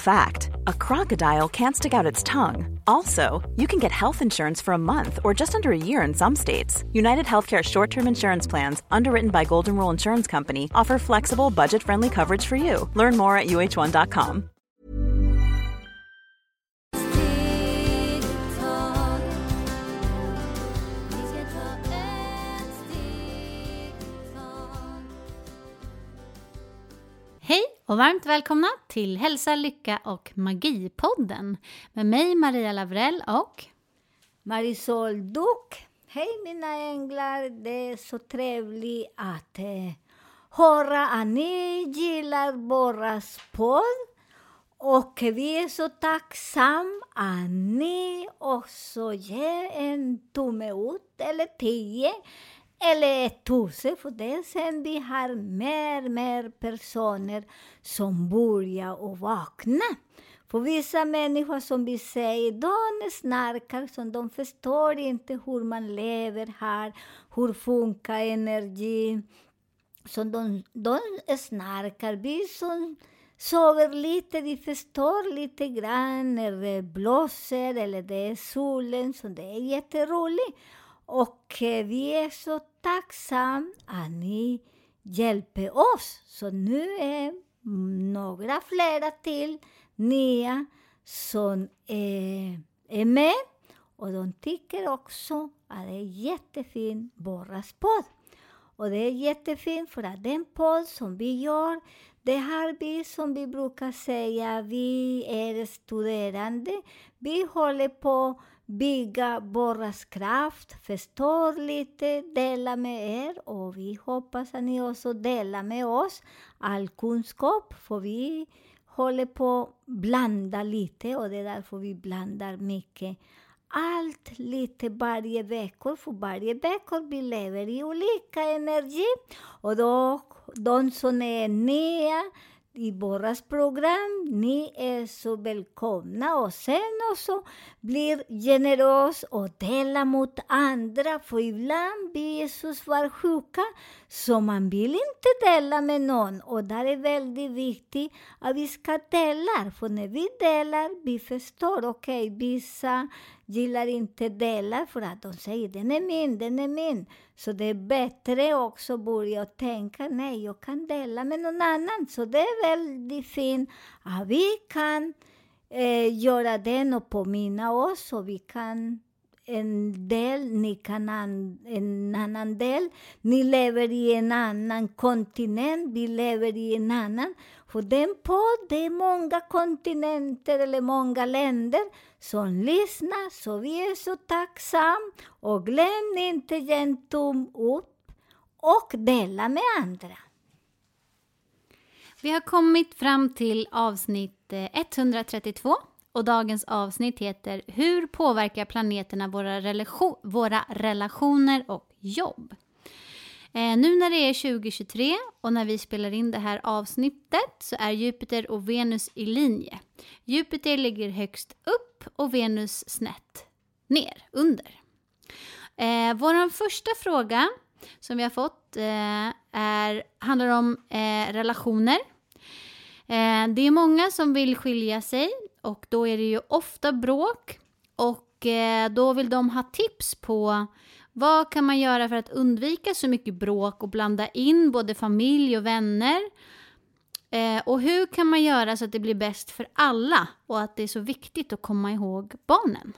fact, a crocodile can't stick out its tongue. Also, you can get health insurance for a month or just under a year in some states. United Healthcare short-term insurance plans, underwritten by Golden Rule Insurance Company, offer flexible, budget-friendly coverage for you. Learn more at uh1.com. Hej och varmt välkomna till Hälsa, Lycka och Magipodden med mig Maria Lavrell och Marisol Duck. Hej mina änglar, det är så trevligt att höra att ni gillar våras podd. Och vi är så tacksamma att ni också ger en tumme ut eller 10 eller 1000, för det sen vi har mer personer som börjar och vakna. För vissa människor som vi säger, de snarkar, som de förstår inte hur man lever här, hur funkar energi. Så de snarkar, vi som sover lite, vi förstår lite grann när det blåser eller det är solen, så det är jätteroligt. Och vi är så tacksamma att ni hjälper oss. Så nu är några flera till nya som är med. Och de tycker också att det är jättefin våras podd. Och det är jättefint för att den podd som vi gör, det har vi som vi brukar säga, vi är studerande. Vi håller på bygga våras kraft, förstår lite, dela med er, och vi hoppas att ni också delar med oss all kunskap, för vi håller på att blanda lite, och det är därför vi blandar mycket. Allt lite varje vecka, för varje vecka vi lever i olika energi, och då de som är nya i våras program, ni är så välkomna, och sen också blir generös och dela mot andra, för ibland blir Jesus var sjuka så man vill inte dela med någon, och där är väldigt viktigt att vi ska dela, för när vi delar, vi förstår, okej, vissa gillar inte delar för att de säger den är min. Så det är bättre också börja tänka, nej, jag kan dela med någon annan. Så det är väldigt fint att vi kan göra den och påminna oss, och vi kan en del, ni kan en annan del. Ni lever i en annan kontinent, vi lever i en annan. För den podd, det är många kontinenter eller många länder som lyssnar, så vi är så tacksamma. Och glöm inte en tum upp och dela med andra. vi har kommit fram till avsnitt 132 och dagens avsnitt heter Hur påverkar planeterna våra relationer och jobb? Nu när det är 2023 och när vi spelar in det här avsnittet så är Jupiter och Venus i linje. Jupiter ligger högst upp och Venus snett ner, under. Vår första fråga som vi har fått handlar om relationer. Det är många som vill skilja sig och då är det ju ofta bråk. Och då vill de ha tips på vad kan man göra för att undvika så mycket bråk och blanda in både familj och vänner. Och hur kan man göra så att det blir bäst för alla och att det är så viktigt att komma ihåg barnen?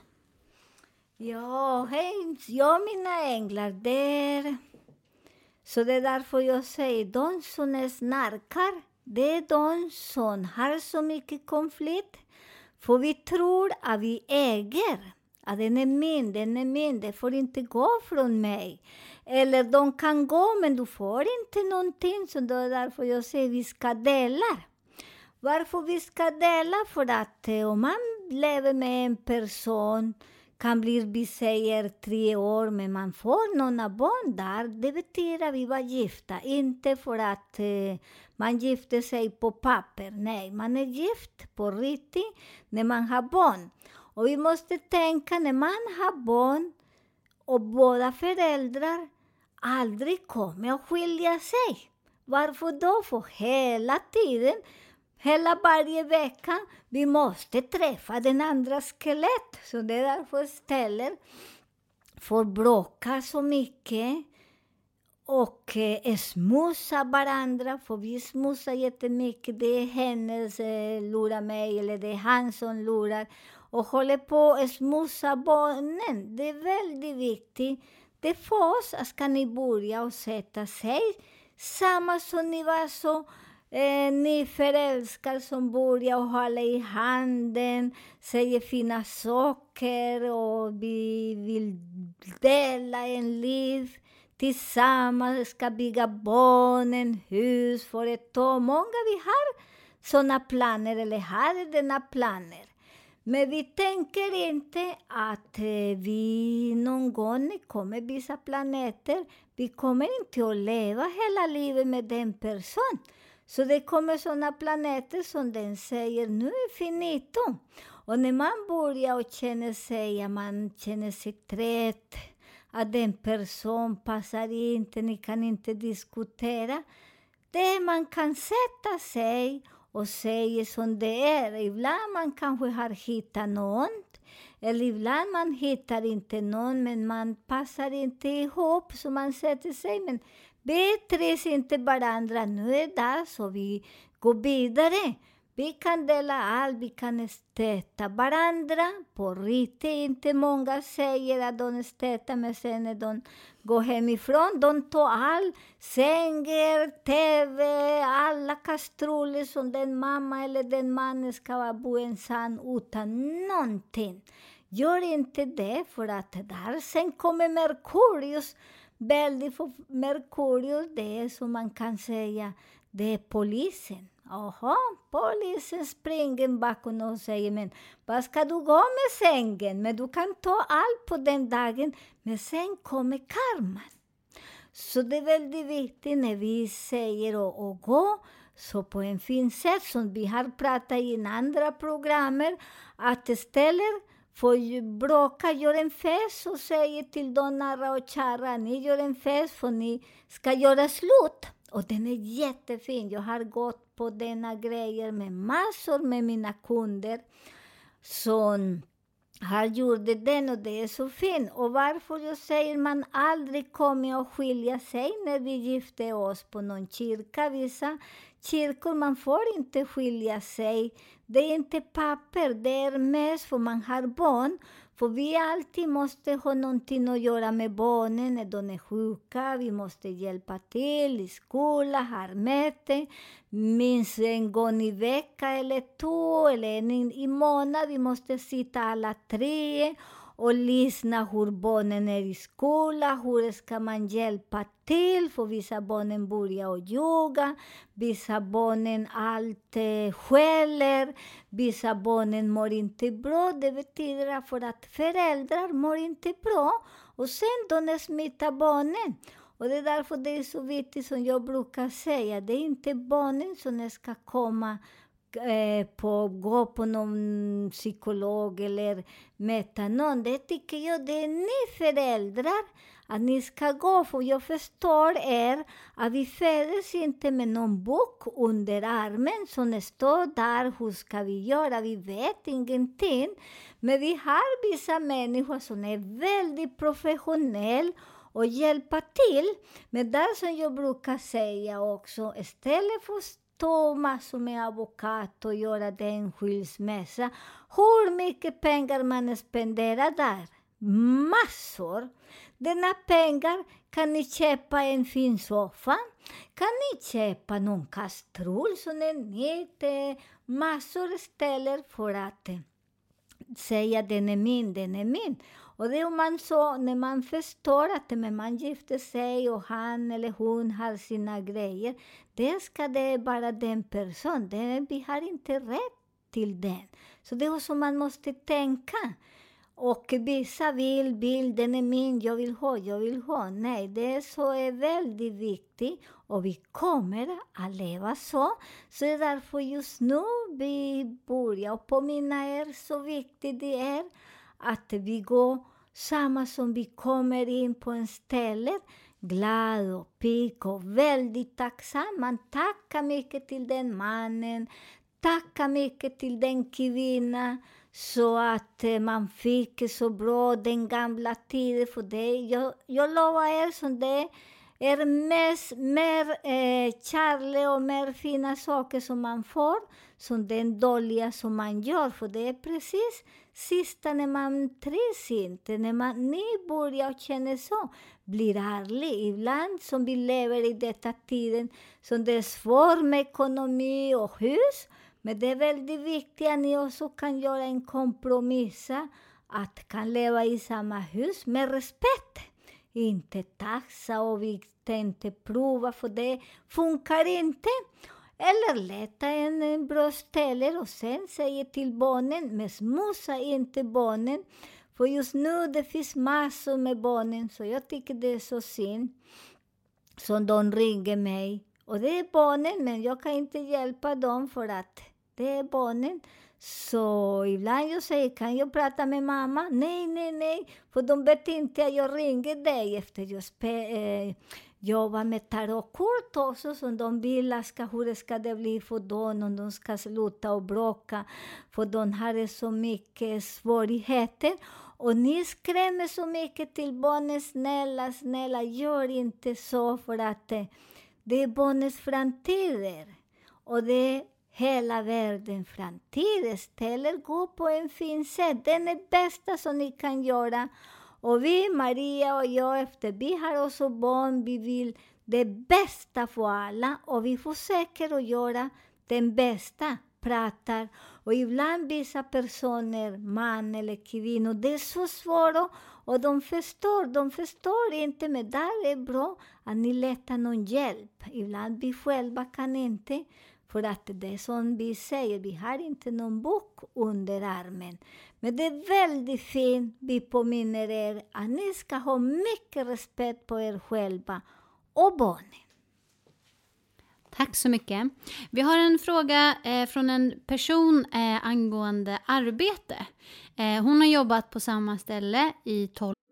Ja, hej, mina änglar där. Så det är därför jag säger, de som snarkar, det är de som har så mycket konflikt. För vi tror att vi äger, att den är min, det får inte gå från mig. Eller de kan gå, men du får inte någonting. Så det är därför jag säger, vi ska dela. Varför vi ska dela? För att om man lever med en person, kan bli, vi säger 3 år, men man får några barn där. Det betyder att vi var gifta. Inte för att man gifter sig på papper. Nej, man är gift på riktigt när man har barn. Och vi måste tänka, när man har barn och båda föräldrar aldrig kommer att skilja sig. Varför då? För hela tiden Hela varje vecka, vi måste träffa den andra skelett. Så det är därför ställer får bråka så mycket. Och smusa varandra, för vi smusar jättemycket. Det är hennes lurar mig, eller det är han som lurar. Och håller på att smusa barnen. Det är väldigt viktigt. Det är för oss att ska ni börja och sätta sig. Samma som ni var så, ni förälskar som börjar och hålla i handen. Säger fina saker och vi vill dela en liv. Tillsammans ska bygga barnen, hus för ett år. Många vi har sådana planer eller har denna planer. Men vi tänker inte att vi någon gång kommer vissa planeter. Vi kommer inte att leva hela livet med den person. Så det kommer sådana planeter som den säger nu är finito. Och när man börjar och man känner sig trött. Att den person passar inte, ni kan inte diskutera. Det man kan sätta sig och säga som det är. Ibland man kanske har hittat någon. Eller ibland man hittar inte någon, men man passar inte ihop. Så man sätter sig, men vi trivs inte varandra. Nu är det så vi går vidare. Vi kan dela allt, vi kan stötta varandra. På riktigt, inte många säger att de stöttar, men sen när de går hemifrån, de tar allt. Sänger, tv, alla kastruller som den mamma eller den mannen ska bo ensam utan någonting. Gör inte det, för att där sen kommer Merkurius. Väldigt för Merkurius, det är som man kan säga, det är polisen. Jaha, polisen springer bakom och säger, men vad ska du gå med sängen? Men du kan ta allt på den dagen, men sen kommer karman. Så det är väldigt viktigt när vi säger och gå, så på en fin sätt som vi har pratat i andra programmer, att istället för bråka, gör en fest och säger till de nära och kära, ni gör en fest för ni ska göra slut. Och den är jättefin. Jag har gått på denna grejer med massor med mina kunder som har gjort den, och det är så fint. Och varför jag säger man aldrig kommer att skilja sig när vi gifter oss på någon kyrka. Vissa kyrkor man får inte skilja sig. Det är inte papper, det är mest för man har barn. För vi alltid måste ha någonting att göra med barnen när de är sjuka. Vi måste hjälpa till i skola, ha möte. Minst en gång i vecka eller två eller en i månad. Vi måste sitta alla tre och lyssna hur barnen är i skola. Hur ska man hjälpa till? För vissa barnen börjar och yoga. Vissa barnen allt skäller. Vissa barnen mår inte bra. Det betyder för att föräldrar mår inte bra. Och sen de smittar barnen. Och det är därför det är så viktigt som jag brukar säga. Det är inte barnen som ska komma gå på någon psykolog eller mäta någon. Det tycker jag det är ni föräldrar att ni ska gå. För jag förstår att vi föds inte med någon bok under armen som står där. Hur ska vi göra? Vi vet ingenting. Men vi har vissa människor som är väldigt professionella och hjälpa till. Men där som jag brukar säga också, istället för ta massor med advokat och göra den skilsmässa. Hur mycket pengar man spenderar där? Massor. Denna pengar kan ni köpa en fin soffa. Kan ni köpa någon kastrull som är nytt. Massor istället för att säga den är min, den är min. Och det är man så, när man förstår att man gifter sig och han eller hon har sina grejer, det ska det bara den person. Vi har inte rätt till den. Så det är så man måste tänka. Och vissa vill, den är min, jag vill ha. Nej, det är väldigt viktigt. Och vi kommer att leva så. Så det är därför just nu vi börjar påminna er så viktigt det är att vi går samma som vi kommer in på en ställe. Glad och pigg och väldigt tacksam. Man tackar mycket till den mannen. tacka mycket till den kvinnan så att man fick så bra den gamla tiden för det. Jag lovar er som det är mer kärlek och mer fina saker som man får som den dåliga som man gör. För det är precis sista när man trivs inte. När ni börjar känna så blir ärlig. Ibland som vi lever i detta tiden som det är svårt med ekonomi och hus. Men det är väldigt viktigt att ni också kan göra en kompromiss. Att kan leva i samma hus med respekt. Inte taxa och vi tänkte prova för det funkar inte. Eller leta en bra ställe och sen säga till barnen, men smussa inte barnen. För just nu det finns massor med barnen så jag tycker det är så synd. Som de ringer mig. Och det är barnen men jag kan inte hjälpa dem för att det är barnen. Så ibland jag säger, kan jag prata med mamma? Nej. För de vet inte att jag ringer dig efter jag jobbar med tarotkort också. Som de vill hur ska det bli för dem om de ska sluta och bråka. För de har så mycket svårigheter. Och ni skrämmer så mycket till barnen. Snälla, gör inte så för att det är barnens framtider. Och det är hela världen framtid ställer gå på en fin sätt. Den är bästa som ni kan göra. Och vi, Maria och jag, efter vi har också barn, vi vill det bästa för alla. Och vi försöker att göra den bästa, pratar. Och ibland vissa personer, man eller kvinnor, det är så svårt. Och de förstår inte, men där är bra att ni letar någon hjälp. Ibland vi själva kan inte. För att det är som vi säger, vi har inte någon bok under armen. Men det är väldigt fint, vi påminner er att ni ska ha mycket respekt på er själva och barnen. Tack så mycket. Vi har en fråga från en person angående arbete. Hon har jobbat på samma ställe i 12 år.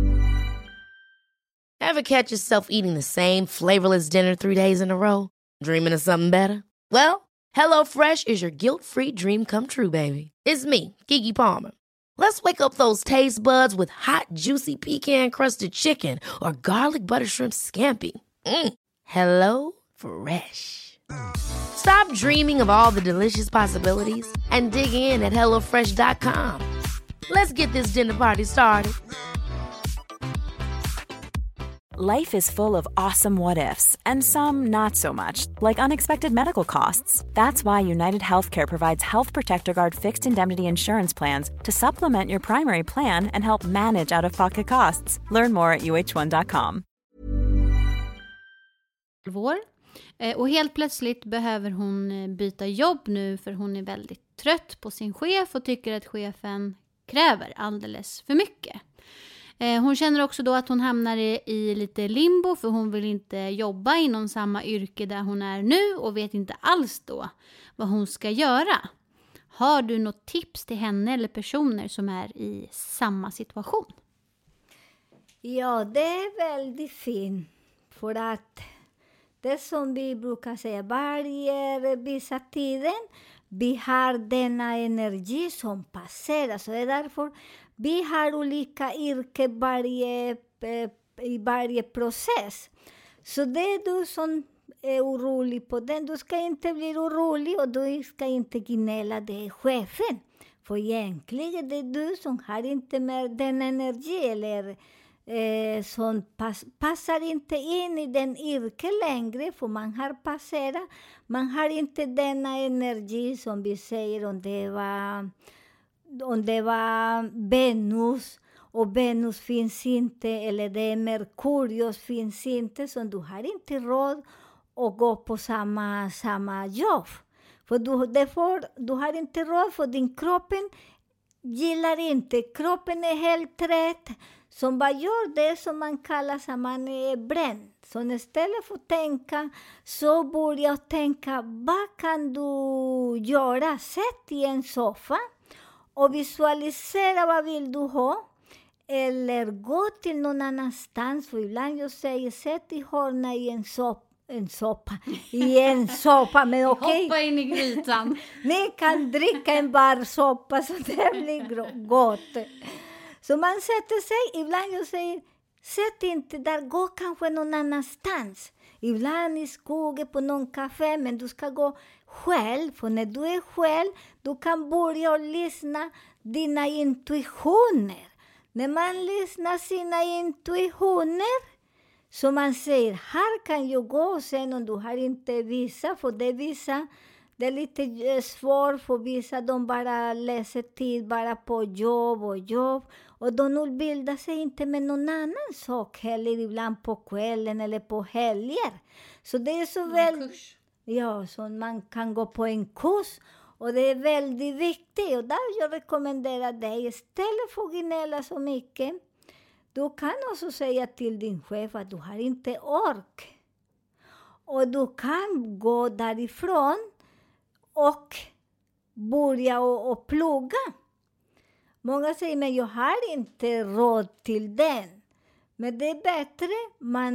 Ever catch yourself eating the same flavorless dinner 3 days in a row? Dreaming of something better? Well, HelloFresh is your guilt-free dream come true, baby. It's me, Keke Palmer. Let's wake up those taste buds with hot, juicy pecan-crusted chicken or garlic butter shrimp scampi. Hello Fresh. Stop dreaming of all the delicious possibilities and dig in at HelloFresh.com. Let's get this dinner party started. Life is full of awesome what-ifs, and some not so much, like unexpected medical costs. That's why United Healthcare provides Health Protector Guard fixed indemnity insurance plans to supplement your primary plan and help manage out-of-pocket costs. Learn more at uh1.com. Och helt plötsligt behöver hon byta jobb nu för hon är väldigt trött på sin chef och tycker att chefen kräver alldeles för mycket. Hon känner också då att hon hamnar i lite limbo för hon vill inte jobba inom samma yrke där hon är nu och vet inte alls då vad hon ska göra. Har du något tips till henne eller personer som är i samma situation? Ja, det är väldigt fint för att det som vi brukar säga vissa tiden vi har denna energi som passerar. Så det är därför vi har olika yrke i varje process. Så det är du som är orolig på den. Du ska inte bli orolig och du ska inte gnälla, det är chefen. För egentligen det är du som har inte mer den energi eller som passar inte in i den yrke längre. För man har passerat. Man har inte denna energi som vi säger om det var Venus och Venus finns inte eller det är Merkurius finns inte så du har inte råd att gå på samma jobb. För du har inte råd för din kroppen gillar inte. Kroppen är helt rätt. Som bara gör det som man kallar att man är bränd. Så istället för att tänka så börja tänka vad kan du göra? Sätt i en soffa. Och visualisera vad vill du ha. Eller gå till någon annanstans. För ibland jag säger sätt i hörna i en en soppa. I en soppa, men okej. Hoppa in i grytan. Ni kan dricka en bar soppa så det blir gott. Så man sätter sig, ibland jag säger, sätt inte där, gå kanske någon annanstans. Ibland i skogen på någon café, men du ska gå själv. För när du är själv, du kan börja och lyssna dina intuitioner. När man lyssnar sina intuitioner, så man säger, här kan jag gå. Sen om du har inte vissa, för det vissa, det är lite svårt för vissa. De bara läser tid bara på jobb. Och de utbildar sig inte med någon annan sak heller. Ibland på kvällen eller på helger. Så det är så väl... Ja, så man kan gå på en kurs. Och det är väldigt viktigt. Och där jag rekommenderar dig, istället för att gnälla så mycket, du kan också säga till din chef att du har inte ork. Och du kan gå därifrån och börja och plugga. Många säger, men jag har inte råd till den. Men det är bättre, man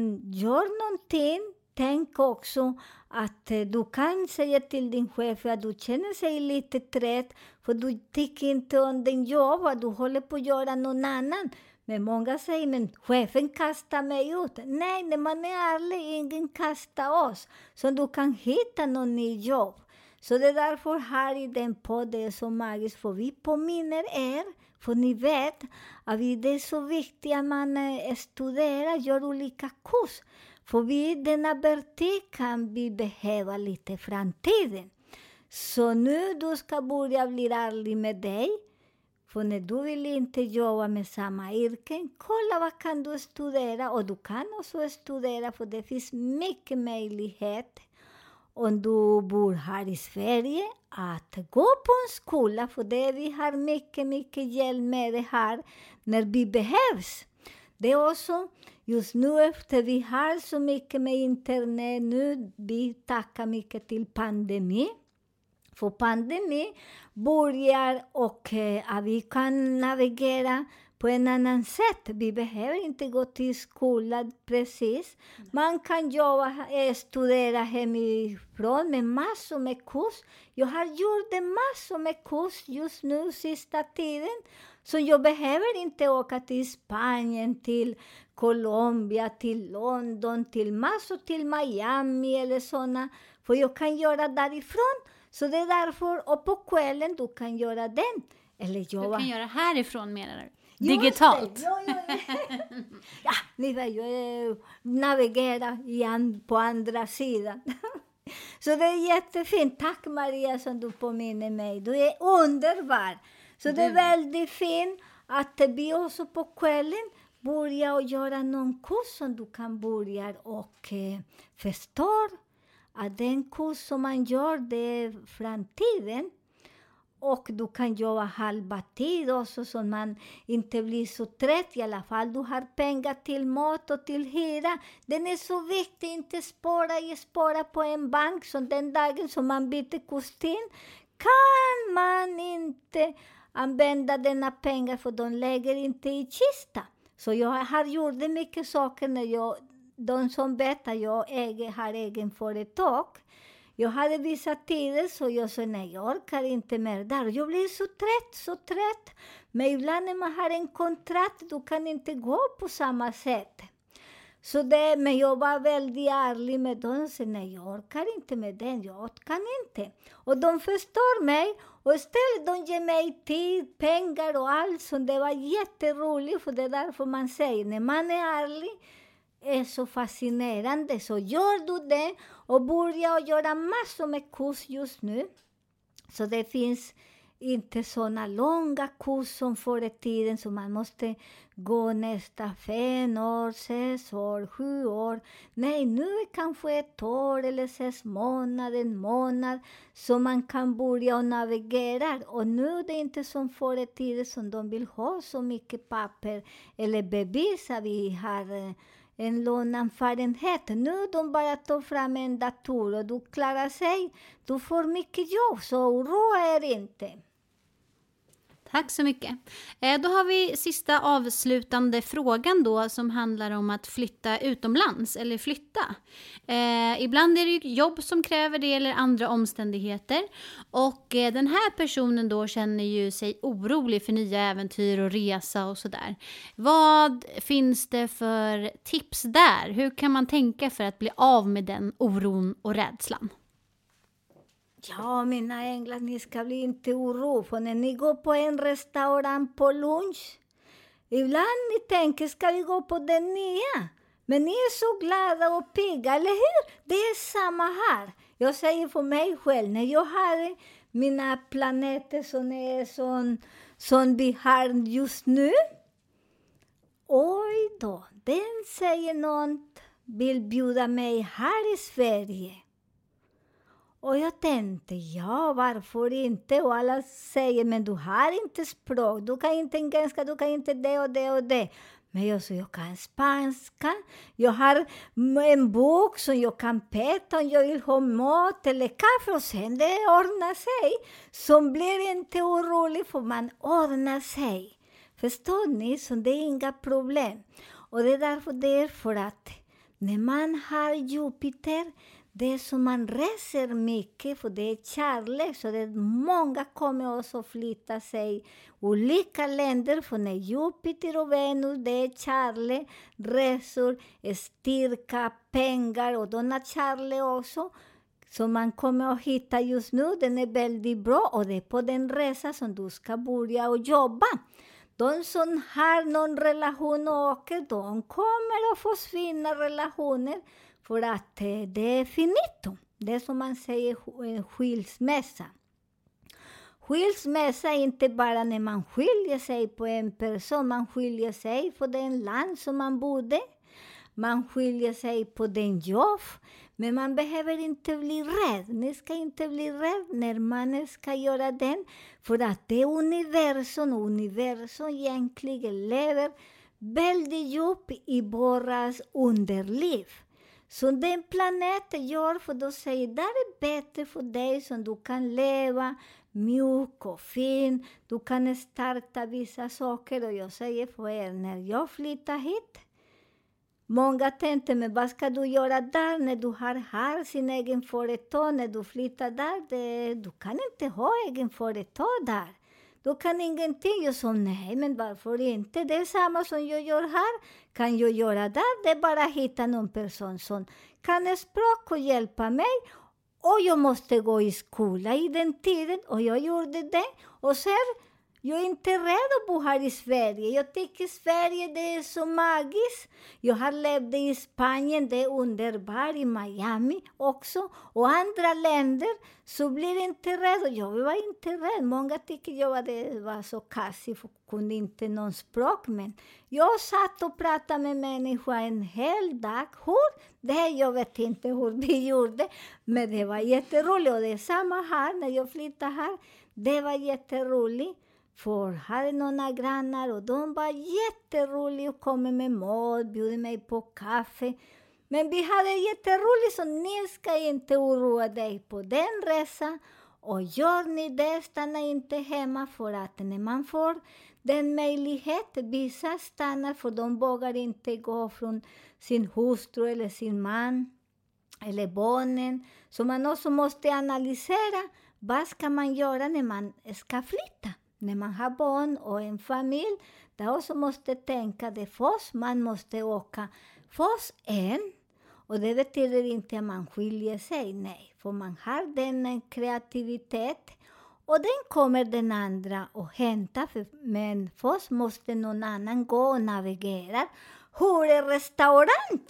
gör någonting. Tänk också att du kan säga till din chef att du känner sig lite trött. För du tycker inte om din jobb och du håller på att göra någon annan. Men många säger, men chefen kastar mig ut. Nej, när man är ärlig, ingen kastar oss. Så du kan hitta någon ny jobb. Så det är därför här i den podden är så magiskt. För vi påminner er, för ni vet att det är så viktigt att man studerar, gör olika kurs. För vi denna vertik kan vi behöva lite framtiden. Så nu du ska börja bli ärlig med dig. För när du vill inte jobba med samma yrken, kolla vad kan du studera. Och du kan också studera, för det finns mycket möjlighet om du bor här i Sverige att gå på en skola. För det vi har mycket hjälp med det här när vi behövs. Det är också just nu efter vi har så mycket med internet nu, vi tackar mycket till pandemi. För pandemi börjar och vi kan navigera på en annan sätt. Vi behöver inte gå till skolan precis. Man kan jobba, studera hemifrån med massor med kurs. Jag har gjort massor med kurs just nu sista tiden. Så jag behöver inte åka till Spanien, till Colombia, till London, till massor, till Miami eller sådana. För jag kan göra därifrån. Så det är därför, och på kvällen du kan göra den. Eller jobba. Du kan göra härifrån menar du? Digitalt. Ja, ni vet, jag navigerar på andra sidan. Så det är jättefint. Tack Maria som du påminner mig. Du är underbar. Så det är väldigt fint att vi också på kvällen börjar göra någon kurs som du kan börja och förstå att den kurs som man gör det är framtiden. Och du kan jobba halva tid också så man inte blir så trött. I alla fall du har pengar till mat och till hyra. Den är så viktig, inte spara på en bank. Så den dagen som man byter kostym kan man inte använda denna pengar för de lägger inte i kista. Så jag har gjort mycket saker när de som vet att jag har egen företag. Jag hade vissa tider så jag sa nej, jag orkar inte mer där. Jag blir så trött. Men ibland när man har en kontrakt, du kan inte gå på samma sätt. Men jag var väldigt ärlig med dem och sa nej, jag orkar inte med den, jag kan inte. Och de förstår mig och istället de ger mig tid, pengar och allt. Så det var jätteroligt, för det är därför man säger när man är ärlig, är så fascinerande. Så gör du det och börja göra massor med kurs just nu. Så det finns inte sådana långa kurs som förr i tiden. Så man måste gå nästa 5 år, 6 år, 7 år. Nej, nu är kanske 1 år eller 6 månader, 1 månad. Så man kan börja och navigera. Och nu är det inte som förr i tiden som de vill ha så mycket papper. Eller bevisa vi har en lånerfarenhet. Nu de bara tar fram en dator och du klarar sig. Du får mycket jobb, så oroa er inte. Tack så mycket. Då har vi sista avslutande frågan då som handlar om att flytta utomlands eller flytta. Ibland är det ju jobb som kräver det eller andra omständigheter. Och den här personen då känner ju sig orolig för nya äventyr och resa och sådär. Vad finns det för tips där? Hur kan man tänka för att bli av med den oron och rädslan? Ja, mina änglar, ni ska bli inte oro. För när ni går på en restaurang på lunch, ibland ni tänker, ska vi gå på den nya? Men ni är så glada och pigga, eller hur? Det är samma här. Jag säger för mig själv, när jag har mina planeter som är som vi har just nu. Oj då, den säger något, vill bjuda mig här i Sverige. Och jag tänkte, ja, varför inte? Och alla säger, men du har inte språk. Du kan inte engelska, du kan inte det och det och det. Men jag sa, jag kan spanska. Jag har en bok som jag kan peta om jag vill ha mat eller kaffe. Och sen det ordnar sig. Så blir inte orolig för man ordnar sig. Förstår ni? Så det är inga problem. Och det är därför att när man har Jupiter, det är som man reser mycket, för det är kärlek. Så det är många kommer också flytta sig olika länder. För när Jupiter och Venus, det är kärlek, resor, styrka, pengar och denna kärlek också. Så man kommer att hitta just nu, den är väldigt bra. Och det är på den resa som du ska börja och jobba. De som har någon relation och åker, de kommer att försvinna relationer. För att det är finito. Det är som man säger skilsmässa. Skilsmässa är inte bara när man skiljer sig på en person. Man skiljer sig på den land som man bodde. Man skiljer sig på den jobb. Men man behöver inte bli rädd. Ni ska inte bli rädd när man ska göra den. För att det är universum egentligen lever väldigt djupt i våras underliv. Så den planeten gör, för då säger det är bättre för dig som du kan leva mjuk och fin. Du kan starta vissa saker. Och jag säger för er, när jag flyttar hit, många tänkte, men vad ska du göra där när du har sin egen företag? När du flyttar där, du kan inte ha egen företag där. Du kan ingenting. Jag sa, nej, men varför inte? Det är samma som jag gör här. Kan jag göra där? Det är bara att hitta någon person som kan språk och hjälpa mig. Och jag måste gå i skola i den tiden. Och jag gjorde det. Och sen, jag är inte rädd att bo här i Sverige. Jag tycker Sverige det är så magiskt. Jag har levt i Spanien, det är underbart, i Miami också. Och andra länder, så blir jag inte rädd. Och jag var inte rädd. Många tycker jag var så kassig för kunde inte någon språk. Men jag satt och pratade med människor en hel dag. Jag vet inte hur vi gjorde. Men det var jätteroligt. Och det är samma här när jag flyttade här. Det var jätteroligt. För hade några grannar och de var jätteroliga och kom med mat, bjöd mig på kaffe. Men vi hade jätteroligt, så ni ska inte oroa dig på den resan. Och gör ni det, stanna inte hemma, för att när man får den möjligheten, vissa stannar för de vågar inte gå från sin hustru eller sin man eller barnen. Så man också måste analysera, vad ska man göra när man ska flytta? När man har barn och en familj, där också måste tänka det först. Man måste åka först en. Och det betyder inte att man skiljer sig, nej. För man har den kreativitet. Och den kommer den andra att hämta. Men först måste någon annan gå och navigera. Hur är restaurang?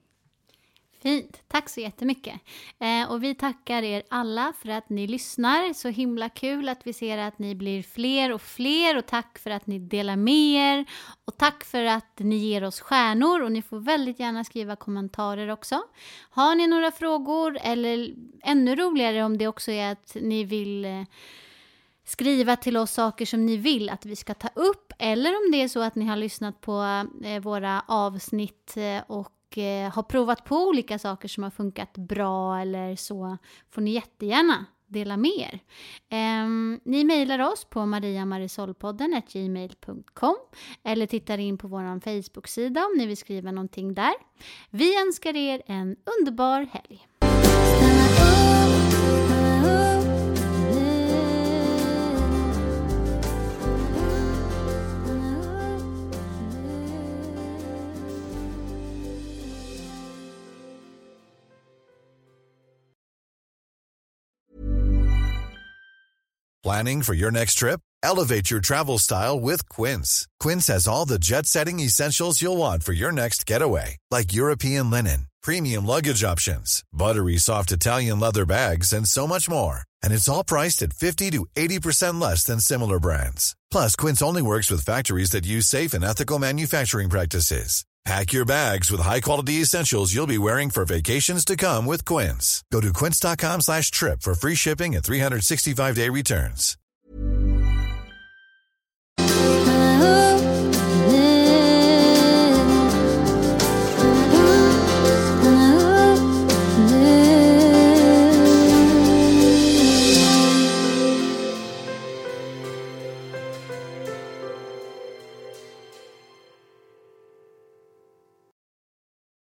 Fint, tack så jättemycket. Och vi tackar er alla för att ni lyssnar. Så himla kul att vi ser att ni blir fler och fler. Och tack för att ni delar med er. Och tack för att ni ger oss stjärnor. Och ni får väldigt gärna skriva kommentarer också. Har ni några frågor, eller ännu roligare om det också är att ni vill skriva till oss saker som ni vill att vi ska ta upp. Eller om det är så att ni har lyssnat på våra avsnitt och har provat på olika saker som har funkat bra eller så, får ni jättegärna dela med er. Ni mejlar oss på mariamarisolpodden@gmail.com eller tittar in på vår Facebook-sida om ni vill skriva någonting där. Vi önskar er en underbar helg. Planning for your next trip? Elevate your travel style with Quince. Quince has all the jet-setting essentials you'll want for your next getaway, like European linen, premium luggage options, buttery soft Italian leather bags, and so much more. And it's all priced at 50 to 80% less than similar brands. Plus, Quince only works with factories that use safe and ethical manufacturing practices. Pack your bags with high-quality essentials you'll be wearing for vacations to come with Quince. Go to quince.com/trip for free shipping and 365-day returns.